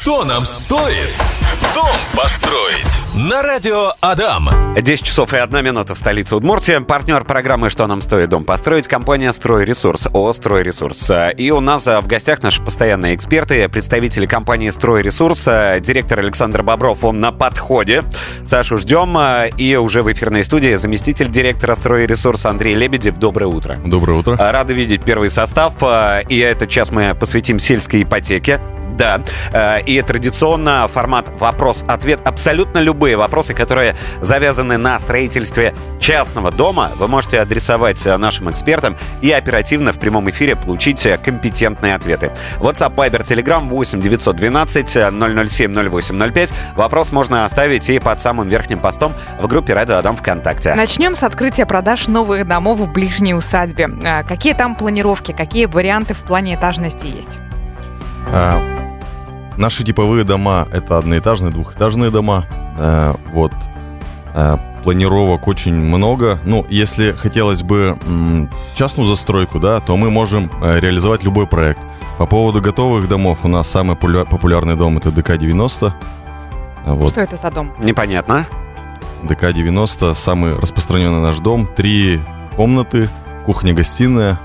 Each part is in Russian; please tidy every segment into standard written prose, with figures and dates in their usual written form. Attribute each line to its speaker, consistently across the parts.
Speaker 1: Что нам стоит дом построить? На радио Адам.
Speaker 2: 10 часов и 1 минута в столице Удмуртии. Партнер программы «Что нам стоит дом построить» — компания «Стройресурс», ООО «Стройресурс». И у нас в гостях наши постоянные эксперты, представители компании «Стройресурс», директор Александр Бобров, он на подходе. Сашу ждем. И уже в эфирной студии заместитель директора «Стройресурс» Андрей Лебедев. Доброе утро.
Speaker 3: Доброе утро.
Speaker 2: Рады видеть первый состав. И этот час мы посвятим сельской ипотеке. Да, и традиционно формат «Вопрос-ответ». Абсолютно любые вопросы, которые завязаны на строительстве частного дома, вы можете адресовать нашим экспертам и оперативно в прямом эфире получить компетентные ответы. WhatsApp, Viber, Telegram 8 912 007 0805. Вопрос можно оставить и под самым верхним постом в группе «Радио Адам» ВКонтакте.
Speaker 4: Начнем с открытия продаж новых домов в ближней усадьбе. Какие там планировки, какие варианты в плане этажности есть?
Speaker 3: Наши типовые дома — это одноэтажные, двухэтажные дома. Планировок очень много. Ну, если хотелось бы частную застройку, да, то мы можем реализовать любой проект. По поводу готовых домов у нас самый популярный дом — это ДК-90.
Speaker 4: Что это за дом?
Speaker 2: Непонятно.
Speaker 3: ДК-90 — самый распространенный наш дом. 3 комнаты, кухня-гостиная.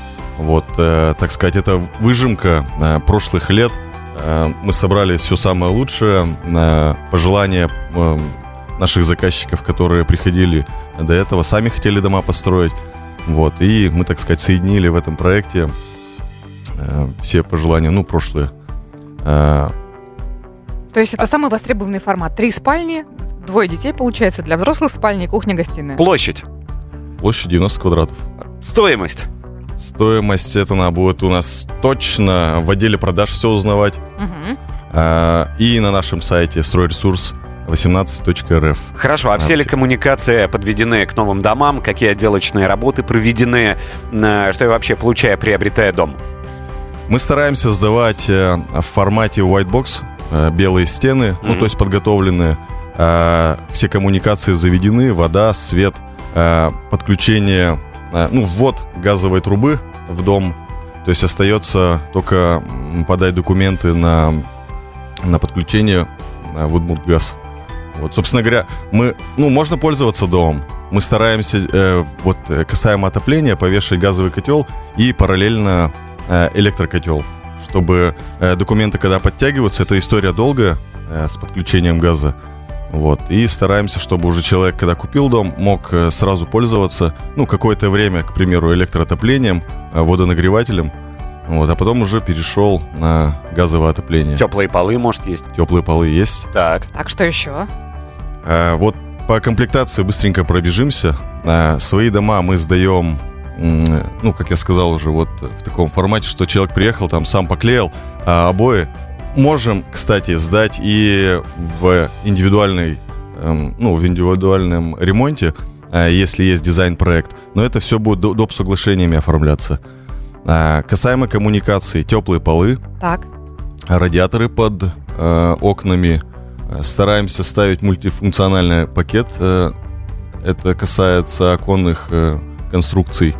Speaker 3: Так сказать, это выжимка прошлых лет. Мы собрали все самое лучшее, пожелания наших заказчиков, которые приходили до этого, сами хотели дома построить. И мы, так сказать, соединили в этом проекте все пожелания, прошлые.
Speaker 4: То есть это самый востребованный формат. 3 спальни, 2 детей, получается, для взрослых спальни, кухня-гостиная.
Speaker 2: Площадь
Speaker 3: 90 квадратов.
Speaker 2: Стоимость это будет у нас точно в отделе продаж все узнавать. И на нашем сайте стройресурс18.рф. Хорошо, а все ли коммуникации подведены к новым домам? Какие отделочные работы проведены? Что я вообще получаю, приобретая дом?
Speaker 3: Мы стараемся сдавать в формате white box, белые стены, то есть подготовленные. Все коммуникации заведены, вода, свет, подключение... ввод газовой трубы в дом. То есть остается только подать документы на подключение в Удмуртгаз. Собственно говоря, можно пользоваться домом. Мы стараемся, касаемо отопления, повешать газовый котел и параллельно электрокотел. Чтобы документы, когда подтягиваются, эта история долгая с подключением газа. И стараемся, чтобы уже человек, когда купил дом, мог сразу пользоваться, какое-то время, к примеру, электроотоплением, водонагревателем, а потом уже перешел на газовое отопление.
Speaker 2: Теплые полы, может, есть?
Speaker 3: Теплые полы есть.
Speaker 2: Так,
Speaker 4: что еще?
Speaker 3: По комплектации быстренько пробежимся. Свои дома мы сдаем, как я сказал уже, в таком формате, что человек приехал, там сам поклеил, обои. Можем, кстати, сдать и в индивидуальном ремонте, если есть дизайн-проект. Но это все будет доп. Соглашениями оформляться. Касаемо коммуникаций, теплые полы, радиаторы под окнами. Стараемся ставить мультифункциональный пакет. Это касается оконных конструкций.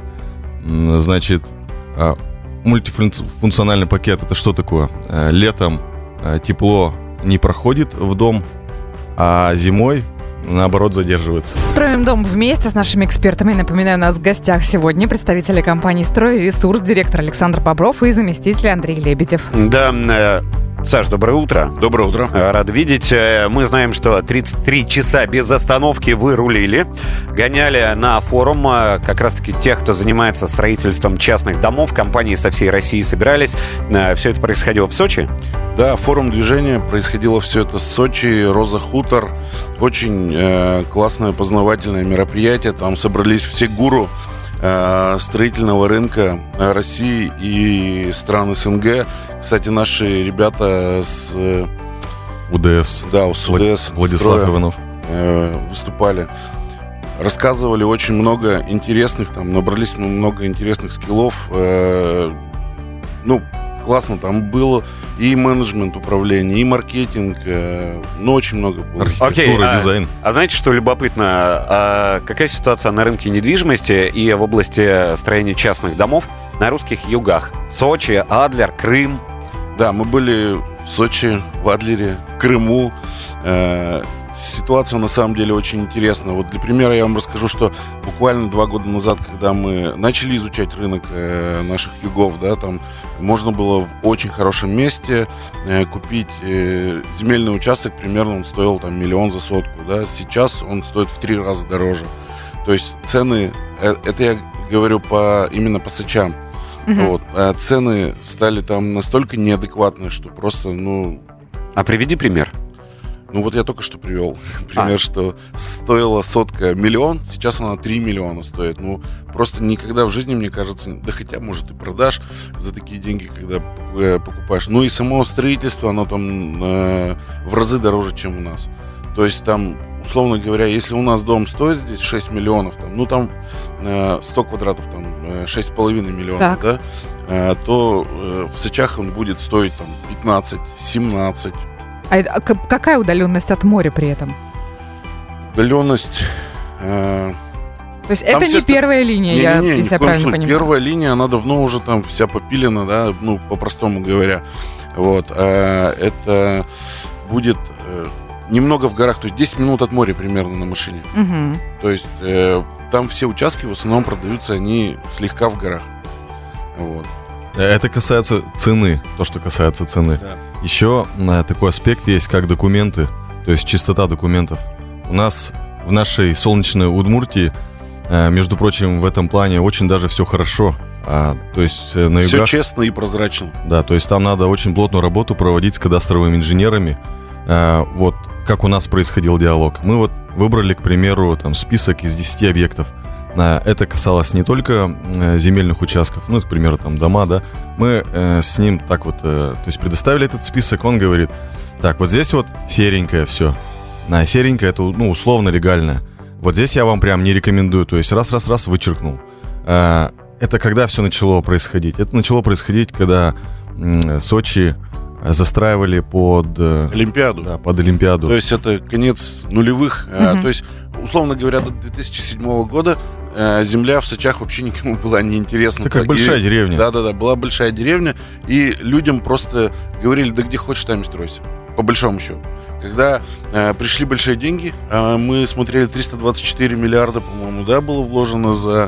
Speaker 3: Мультифункциональный пакет — это что такое? Летом тепло не проходит в дом, а зимой, наоборот, задерживается.
Speaker 4: Строим дом вместе с нашими экспертами. Напоминаю, у нас в гостях сегодня представители компании «Стройресурс», директор Александр Бобров и заместитель Андрей Лебедев.
Speaker 2: Да, Саш, доброе утро.
Speaker 5: Доброе утро.
Speaker 2: Рад видеть. Мы знаем, что 33 часа без остановки вы рулили, гоняли на форум как раз-таки тех, кто занимается строительством частных домов. Компании со всей России собирались. Все это происходило в Сочи?
Speaker 5: Да, форум движения, происходило все это в Сочи, Роза Хутор. Очень классное познавательное мероприятие. Там собрались все гуру строительного рынка России и стран СНГ. Кстати, наши ребята с
Speaker 3: УДС,
Speaker 5: с УДС
Speaker 3: Владислав Иванов
Speaker 5: выступали. Рассказывали очень много интересных, набрались много интересных скиллов. Классно, там было и менеджмент управления, и маркетинг, очень много было.
Speaker 3: Архитектура, дизайн.
Speaker 2: А знаете, что любопытно? Какая ситуация на рынке недвижимости и в области строения частных домов на русских югах? Сочи, Адлер, Крым.
Speaker 5: Да, мы были в Сочи, в Адлере, в Крыму. Ситуация на самом деле очень интересная. Вот для примера я вам расскажу, что буквально 2 года назад, когда мы начали изучать рынок наших югов, да, там можно было в очень хорошем месте купить земельный участок, примерно он стоил там 1 миллион за сотку, да. Сейчас он стоит в 3 раза дороже. То есть цены, это я говорю именно по Сочам. Вот. Цены стали там настолько неадекватные, что просто,
Speaker 2: А приведи пример.
Speaker 5: Вот я только что привел пример, что стоила сотка 1 миллион, сейчас она 3 миллиона стоит. Просто никогда в жизни, мне кажется, да хотя, может, и продашь за такие деньги, когда покупаешь. И само строительство, оно там в разы дороже, чем у нас. То есть там, условно говоря, если у нас дом стоит здесь 6 миллионов, там 100 квадратов, там 6,5 миллионов, да, то в Сочах он будет стоить там 15-17.
Speaker 4: А какая удаленность от моря при этом?
Speaker 5: Удаленность...
Speaker 4: То есть это не первая линия, если я правильно понимаю.
Speaker 5: Первая линия, она давно уже там вся попилена, да, по-простому говоря. Вот. Это будет немного в горах, то есть 10 минут от моря примерно на машине.
Speaker 4: Угу.
Speaker 5: То есть там все участки в основном продаются, они слегка в горах. Вот.
Speaker 3: Это касается цены, то, что касается цены.
Speaker 5: Да.
Speaker 3: Еще такой аспект есть, как документы, то есть чистота документов. У нас в нашей солнечной Удмуртии, между прочим, в этом плане очень даже все хорошо. То есть на югах...
Speaker 5: Все честно и прозрачно.
Speaker 3: Да, то есть там надо очень плотную работу проводить с кадастровыми инженерами. Вот как у нас происходил диалог. Мы вот выбрали, к примеру, там список из 10 объектов. Это касалось не только земельных участков, к примеру, там дома, да. Мы с ним так вот, то есть предоставили этот список, он говорит, так, вот здесь вот серенькое все. Серенькое это, условно легальное. Вот здесь я вам прям не рекомендую, то есть раз вычеркнул. Это когда все начало происходить? Это начало происходить, когда Сочи застраивали под...
Speaker 5: Олимпиаду.
Speaker 3: Да, под Олимпиаду.
Speaker 5: То есть это конец нулевых. То есть, условно говоря, до 2007 года земля в Сочах вообще никому была не интересна.
Speaker 3: Такая большая деревня.
Speaker 5: Да, была большая деревня. И людям просто говорили, да где хочешь, там и стройся. По большому счету. Когда пришли большие деньги, мы смотрели 324 миллиарда, по-моему, да, было вложено за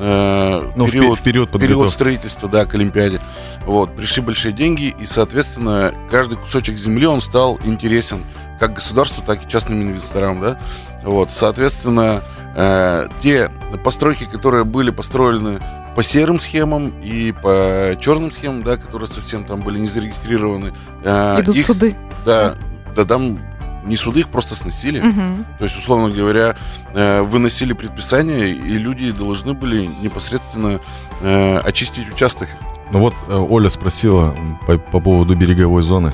Speaker 5: период строительства, да, к Олимпиаде. Вот, пришли большие деньги, и, соответственно, каждый кусочек земли, он стал интересен как государству, так и частным инвесторам, да. Вот, соответственно, те постройки, которые были построены по серым схемам и по черным схемам, да, которые совсем там были не зарегистрированы.
Speaker 4: Идут суды.
Speaker 5: Да, там не суды, их просто сносили. То есть, условно говоря, выносили предписания, и люди должны были непосредственно очистить участок.
Speaker 3: Оля спросила по поводу береговой зоны.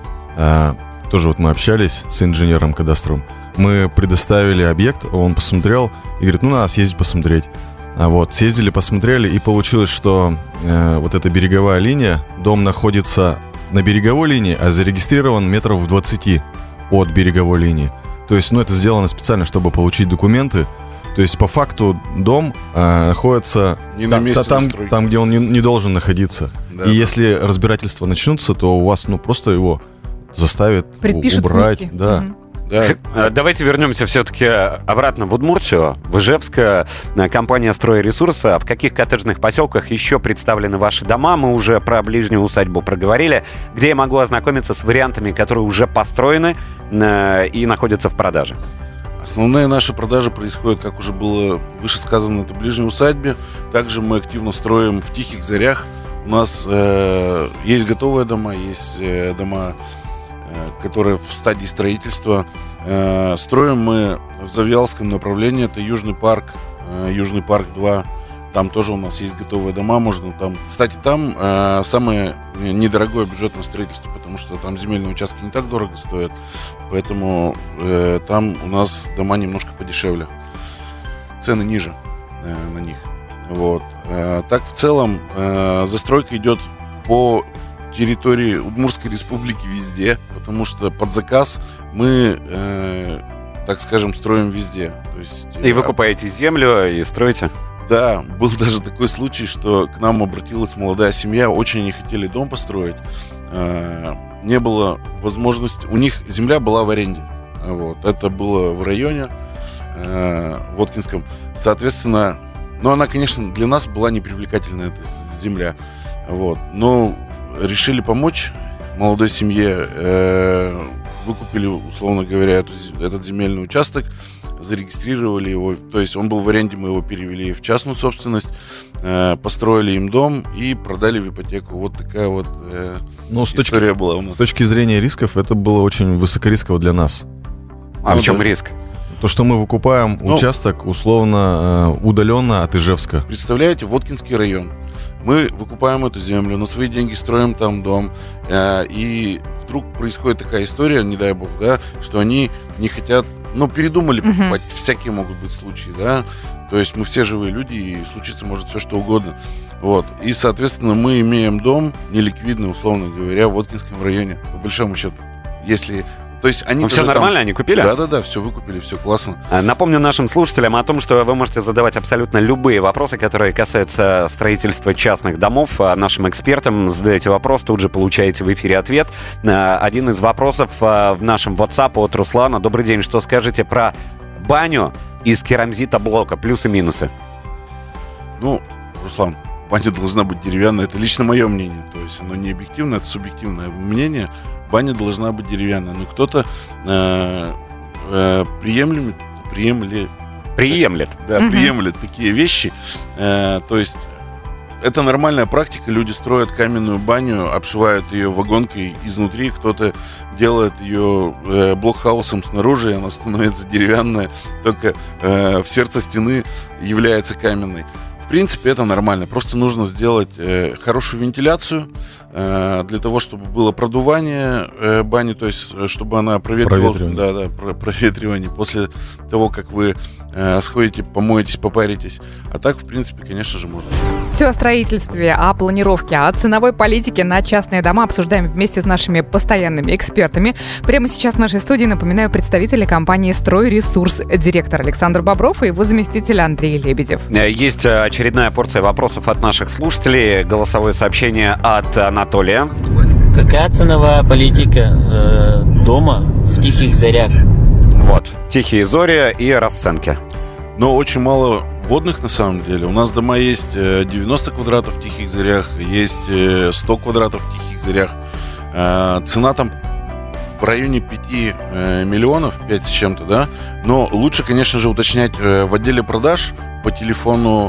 Speaker 3: Тоже вот мы общались с инженером кадастровым. Мы предоставили объект, он посмотрел и говорит, надо съездить посмотреть. Съездили, посмотрели, и получилось, что вот эта береговая линия, дом находится на береговой линии, а зарегистрирован метров в 20 от береговой линии. То есть, это сделано специально, чтобы получить документы. То есть, по факту, дом находится там, где он не должен находиться. Да, если разбирательства начнутся, то у вас, просто его заставят убрать.
Speaker 4: Снести.
Speaker 3: Да.
Speaker 2: Да. Давайте вернемся все-таки обратно в Удмуртию, в Ижевск. Компания «Стройресурс». В каких коттеджных поселках еще представлены ваши дома? Мы уже про ближнюю усадьбу проговорили. Где я могу ознакомиться с вариантами, которые уже построены и находятся в продаже?
Speaker 5: Основные наши продажи происходят, как уже было выше сказано, это в ближней усадьбе. Также мы активно строим в Тихих Зарях. У нас есть готовые дома, есть дома, которые в стадии строительства. Строим мы в Завьялском направлении, это Южный парк 2. Там тоже у нас есть готовые дома, можно там... Кстати, там самое недорогое бюджетное строительство, потому что там земельные участки не так дорого стоят, поэтому там у нас дома немножко подешевле. Цены ниже на них. Вот. Так, в целом, застройка идет по территории Удмуртской республики везде, потому что под заказ мы, так скажем, строим везде. То есть,
Speaker 2: и вы купаете землю и строите?
Speaker 5: Да, был даже такой случай, что к нам обратилась молодая семья, очень они хотели дом построить. не было возможности... У них земля была в аренде. Вот. Это было в районе Воткинском. Соответственно, она, конечно, для нас была непривлекательна, эта земля. Вот. Но решили помочь молодой семье, выкупили, условно говоря, этот земельный участок, зарегистрировали его, то есть он был в аренде, мы его перевели в частную собственность, построили им дом и продали в ипотеку. Вот такая вот история была у нас.
Speaker 3: С точки зрения рисков, это было очень высокорисково для нас.
Speaker 2: А в чем риск?
Speaker 3: То, что мы выкупаем участок условно удаленно от Ижевска.
Speaker 5: Представляете, Воткинский район. Мы выкупаем эту землю, на свои деньги строим там дом, и вдруг происходит такая история, не дай бог, да, что они не хотят, передумали покупать, всякие могут быть случаи, да, то есть мы все живые люди, и случиться может все что угодно, вот, и, соответственно, мы имеем дом неликвидный, условно говоря, в Воткинском районе, по большому счету, если... То есть они
Speaker 2: все нормально, они купили?
Speaker 5: Да, все выкупили, все классно.
Speaker 2: Напомню нашим слушателям о том, что вы можете задавать абсолютно любые вопросы, которые касаются строительства частных домов. Нашим экспертам задаете вопрос, тут же получаете в эфире ответ. Один из вопросов в нашем WhatsApp от Руслана. Добрый день, что скажете про баню из керамзитоблока? Плюсы и минусы.
Speaker 5: Руслан, баня должна быть деревянная. Это лично мое мнение. То есть оно не объективное, это субъективное мнение. Баня должна быть деревянная. Но кто-то приемлет. Да, приемлет такие вещи. То есть это нормальная практика. Люди строят каменную баню, обшивают ее вагонкой изнутри. Кто-то делает ее блокхаусом снаружи, и она становится деревянная. Только в сердце стены является каменной. В принципе, это нормально. Просто нужно сделать хорошую вентиляцию для того, чтобы было продувание бани, то есть чтобы она проветривала. Проветривание после того, как вы сходите, помоетесь, попаритесь. А так, в принципе, конечно же, можно.
Speaker 4: Все о строительстве, о планировке, о ценовой политике на частные дома обсуждаем вместе с нашими постоянными экспертами. Прямо сейчас в нашей студии, напоминаю, представители компании «Стройресурс», директор Александр Бобров и его заместитель Андрей Лебедев.
Speaker 2: Есть очередная порция вопросов от наших слушателей. Голосовое сообщение от Анатолия.
Speaker 6: Какая ценовая политика дома в Тихих Зорях?
Speaker 2: Вот, Тихие Зори и расценки.
Speaker 5: Но очень мало водных на самом деле. У нас дома есть 90 квадратов в Тихих Зорях, есть 100 квадратов в Тихих Зорях. Цена там в районе 5 миллионов, 5 с чем-то, да. Но лучше, конечно же, уточнять в отделе продаж по телефону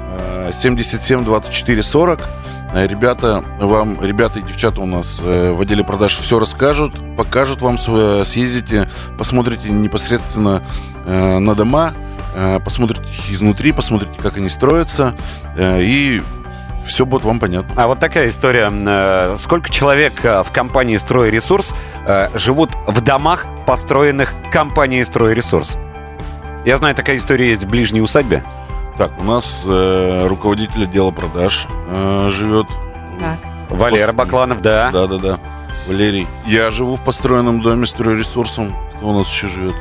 Speaker 5: 77 24 40. Ребята и девчата у нас в отделе продаж все расскажут, покажут вам, съездите, посмотрите непосредственно на дома, посмотрите их изнутри, посмотрите, как они строятся, и все будет вам понятно.
Speaker 2: А вот такая история. Сколько человек в компании «Стройресурс» живут в домах, построенных компанией «Стройресурс»? Я знаю, такая история есть в ближней усадьбе.
Speaker 5: Так, у нас руководитель отдела продаж живет.
Speaker 4: Так.
Speaker 2: Валера Бакланов, да.
Speaker 5: Да. Валерий. Я живу в построенном доме «Стройресурсом». Кто у нас еще живет?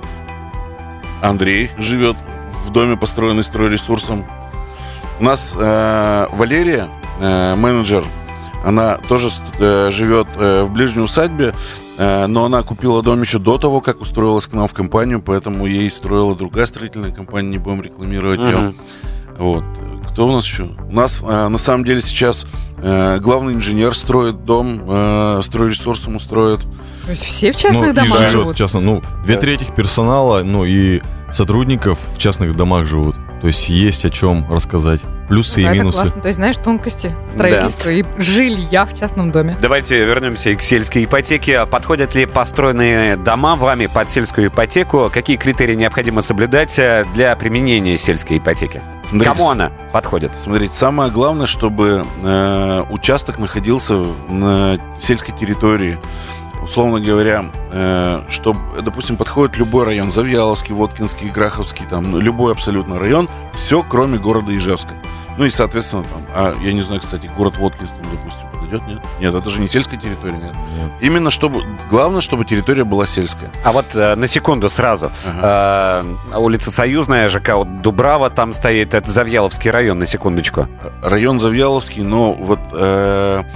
Speaker 5: Андрей живет в доме, построенный «Стройресурсом». У нас Валерия, менеджер, она тоже живет в ближней усадьбе, но она купила дом еще до того, как устроилась к нам в компанию, поэтому ей строила другая строительная компания, не будем рекламировать ее. Вот. Кто у нас еще? У нас на самом деле сейчас главный инженер строит дом, «Стройресурсом» устроит.
Speaker 4: То есть все в частных домах
Speaker 3: и
Speaker 4: живут?
Speaker 3: Две трети персонала, и сотрудников в частных домах живут. То есть есть о чем рассказать. Плюсы и минусы.
Speaker 4: Это классно. То есть знаешь тонкости строительства и жилья в частном доме.
Speaker 2: Давайте вернемся и к сельской ипотеке. Подходят ли построенные дома вами под сельскую ипотеку? Какие критерии необходимо соблюдать для применения сельской ипотеки? Кому она подходит?
Speaker 5: Смотрите, самое главное, чтобы участок находился на сельской территории. Условно говоря, что, допустим, подходит любой район, Завьяловский, Воткинский, Граховский, там, любой абсолютно район, все, кроме города Ижевска. Ну и, соответственно, там, я не знаю, кстати, город Воткинск, там, допустим, подойдет, нет? Нет, это же не сельская территория, нет. Именно чтобы, главное, чтобы территория была сельская.
Speaker 2: А вот на секунду сразу. Улица Союзная, ЖК Дубрава, там стоит, это Завьяловский район, на секундочку.
Speaker 5: Район Завьяловский, но вот...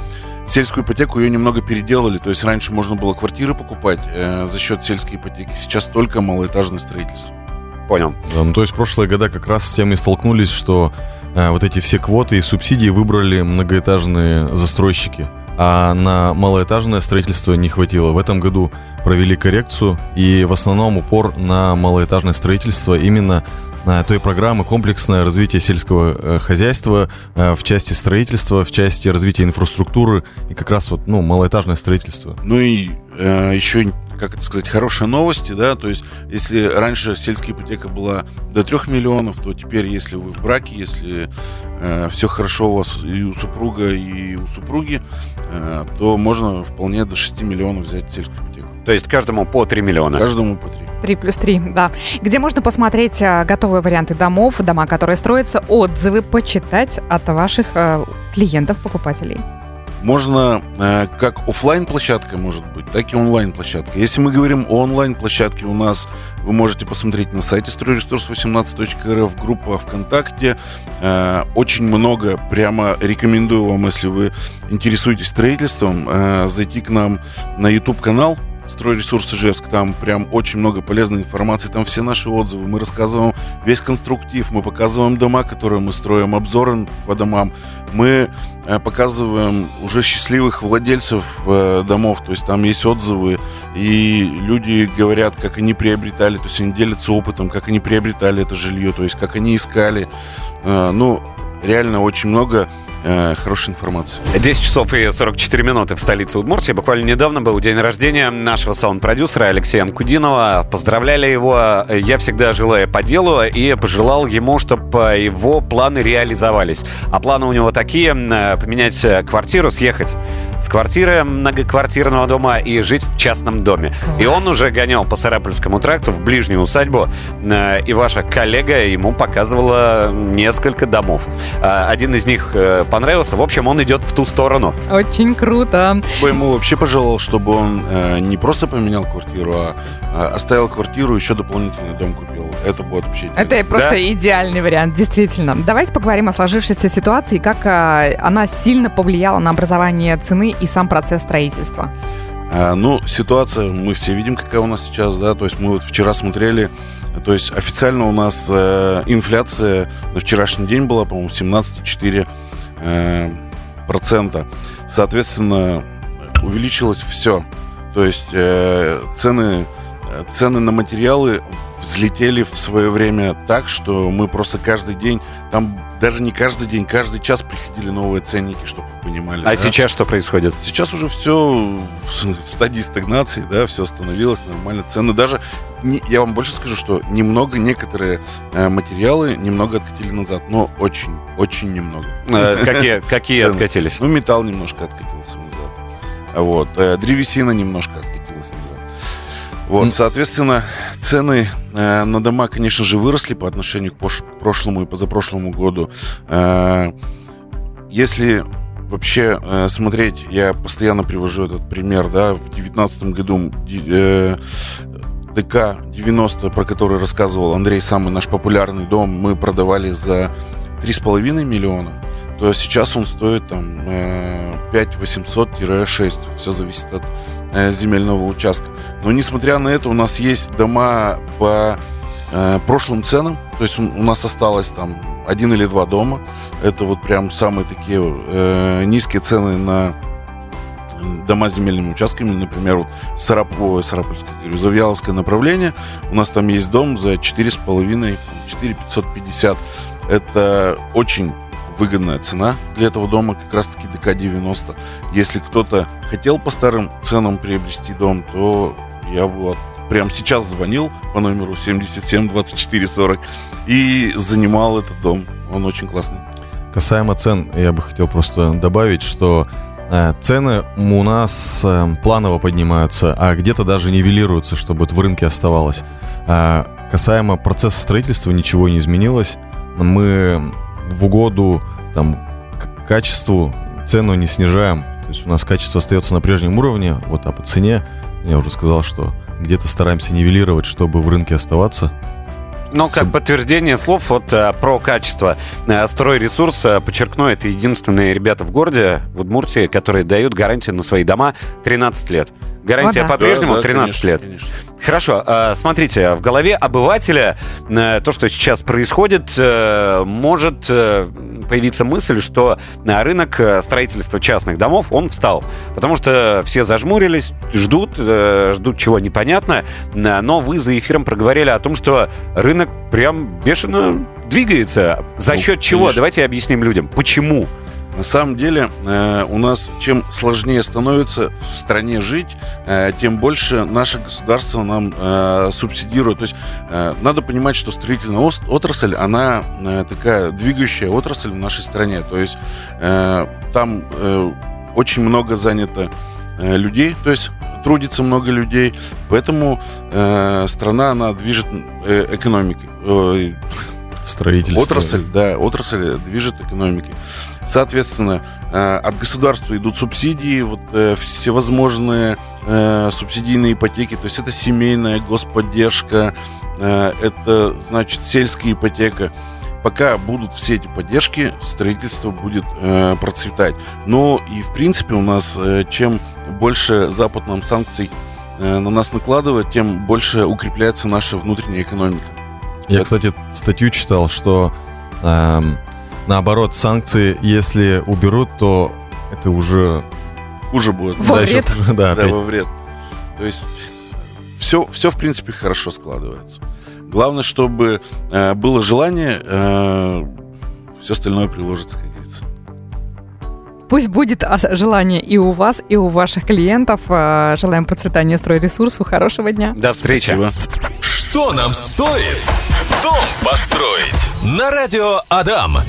Speaker 5: сельскую ипотеку ее немного переделали. То есть раньше можно было квартиры покупать за счет сельской ипотеки. Сейчас только малоэтажное строительство.
Speaker 2: Понял.
Speaker 3: Да, ну, то есть в прошлые года как раз с тем и столкнулись, что вот эти все квоты и субсидии выбрали многоэтажные застройщики, а на малоэтажное строительство не хватило. В этом году провели коррекцию, и в основном упор на малоэтажное строительство именно той программы «Комплексное развитие сельского хозяйства» в части строительства, в части развития инфраструктуры и как раз вот, малоэтажное строительство.
Speaker 5: Ну и еще, как это сказать, хорошие новости, да, то есть если раньше сельская ипотека была до 3 миллионов, то теперь, если вы в браке, если все хорошо у вас и у супруга, и у супруги, то можно вполне до 6 миллионов взять сельскую ипотеку.
Speaker 2: То есть каждому по 3 миллиона.
Speaker 5: Каждому по 3.
Speaker 4: 3 плюс 3, да. Где можно посмотреть готовые варианты домов, дома, которые строятся, отзывы, почитать от ваших клиентов, покупателей?
Speaker 5: Можно как офлайн-площадка, может быть, так и онлайн-площадка. Если мы говорим о онлайн-площадке, у нас вы можете посмотреть на сайте стройресурс18.рф, группа ВКонтакте. Очень много, прямо рекомендую вам, если вы интересуетесь строительством, зайти к нам на YouTube-канал «Стройресурс Ижевск». Там прям очень много полезной информации, там все наши отзывы, мы рассказываем весь конструктив, мы показываем дома, которые мы строим, обзоры по домам, мы показываем уже счастливых владельцев домов, то есть там есть отзывы, и люди говорят, как они приобретали, то есть они делятся опытом, как они приобретали это жилье, то есть как они искали, реально очень много хорошей информации.
Speaker 2: 10 часов и 44 минуты в столице Удмуртии. Буквально недавно был день рождения нашего саунд-продюсера Алексея Анкудинова. Поздравляли его. Я всегда желаю по делу и пожелал ему, чтобы его планы реализовались. А планы у него такие: поменять квартиру, съехать с квартиры многоквартирного дома и жить в частном доме. И он уже гонял по Сарапульскому тракту в ближнюю усадьбу, и ваша коллега ему показывала несколько домов. Один из них понравился. В общем, он идет в ту сторону.
Speaker 4: Очень круто.
Speaker 5: Я ему вообще пожелал, чтобы он не просто поменял квартиру, а оставил квартиру, еще дополнительный дом купил. Это будет вообще идеально.
Speaker 4: Это просто идеальный вариант, действительно. Давайте поговорим о сложившейся ситуации, как она сильно повлияла на образование цены и сам процесс строительства.
Speaker 5: Ситуация, мы все видим, какая у нас сейчас, да, то есть мы вот вчера смотрели, то есть официально у нас инфляция на вчерашний день была, по-моему, 17,4%. Соответственно, увеличилось все. То есть цены на материалы взлетели в свое время так, что мы просто каждый день, там даже не каждый день, каждый час приходили новые ценники, чтобы вы понимали.
Speaker 2: А сейчас что происходит?
Speaker 5: Сейчас уже все в стадии стагнации, да, все остановилось нормально. Цены даже, я вам больше скажу, что некоторые материалы немного откатили назад, но очень, очень немного.
Speaker 2: Какие откатились?
Speaker 5: Металл немножко откатился назад. Вот. Древесина немножко откатилась назад. Вот, соответственно, цены на дома, конечно же, выросли по отношению к прошлому и позапрошлому году. Если вообще смотреть, я постоянно привожу этот пример, да, в 2019 году ДК-90, про который рассказывал Андрей, самый наш популярный дом, мы продавали за 3,5 миллиона, то сейчас он стоит там 5800-6, все зависит от земельного участка. Но несмотря на это, у нас есть дома по прошлым ценам, то есть у нас осталось там 1 или 2 дома, это вот прям самые такие низкие цены на дома с земельными участками, например, вот Сарапульское, Завьяловское направление, у нас там есть дом за 4,5, 4,550, это очень выгодная цена для этого дома, как раз-таки ДК-90. Если кто-то хотел по старым ценам приобрести дом, то я вот прямо сейчас звонил по номеру 77 24 40 и занимал этот дом. Он очень классный.
Speaker 3: Касаемо цен, я бы хотел просто добавить, что цены у нас планово поднимаются, а где-то даже нивелируются, чтобы в рынке оставалось. Касаемо процесса строительства ничего не изменилось. Мы в угоду качеству цену не снижаем. То есть у нас качество остается на прежнем уровне. Вот, а по цене я уже сказал, что где-то стараемся нивелировать, чтобы в рынке оставаться,
Speaker 2: Но как подтверждение слов про качество. «Стройресурс», подчеркну, это единственные ребята в городе, в Удмуртии, которые дают гарантию на свои дома 13 лет. Гарантия по-прежнему 13 лет.
Speaker 5: Конечно.
Speaker 2: Хорошо, смотрите, в голове обывателя то, что сейчас происходит, может появиться мысль, что рынок строительства частных домов, он встал. Потому что все зажмурились, ждут чего непонятно, но вы за эфиром проговорили о том, что рынок прям бешено двигается. За счет чего?
Speaker 5: Конечно.
Speaker 2: Давайте объясним людям. Почему?
Speaker 5: На самом деле у нас чем сложнее становится в стране жить, тем больше наше государство нам субсидирует. То есть надо понимать, что строительная отрасль, она такая двигающая отрасль в нашей стране. То есть там очень много занято людей, то есть трудится много людей, поэтому страна, она движет экономикой.
Speaker 3: Строительство.
Speaker 5: Отрасль движет экономикой. Соответственно, от государства идут субсидии, всевозможные субсидийные ипотеки, то есть это семейная господдержка, это, значит, сельская ипотека. Пока будут все эти поддержки, строительство будет процветать. Но и, в принципе, у нас чем больше Запад нам санкций на нас накладывает, тем больше укрепляется наша внутренняя экономика.
Speaker 3: Я, кстати, статью читал, что наоборот, санкции, если уберут, то это уже...
Speaker 5: Хуже будет.
Speaker 4: Во вред.
Speaker 5: Да, во вред. То есть все, в принципе, хорошо складывается. Главное, чтобы было желание, все остальное приложится, как говорится.
Speaker 4: Пусть будет желание и у вас, и у ваших клиентов. Желаем процветания «Стройресурсу». Хорошего дня.
Speaker 2: До встречи.
Speaker 5: Спасибо.
Speaker 1: Что нам стоит дом построить? На радио Адам.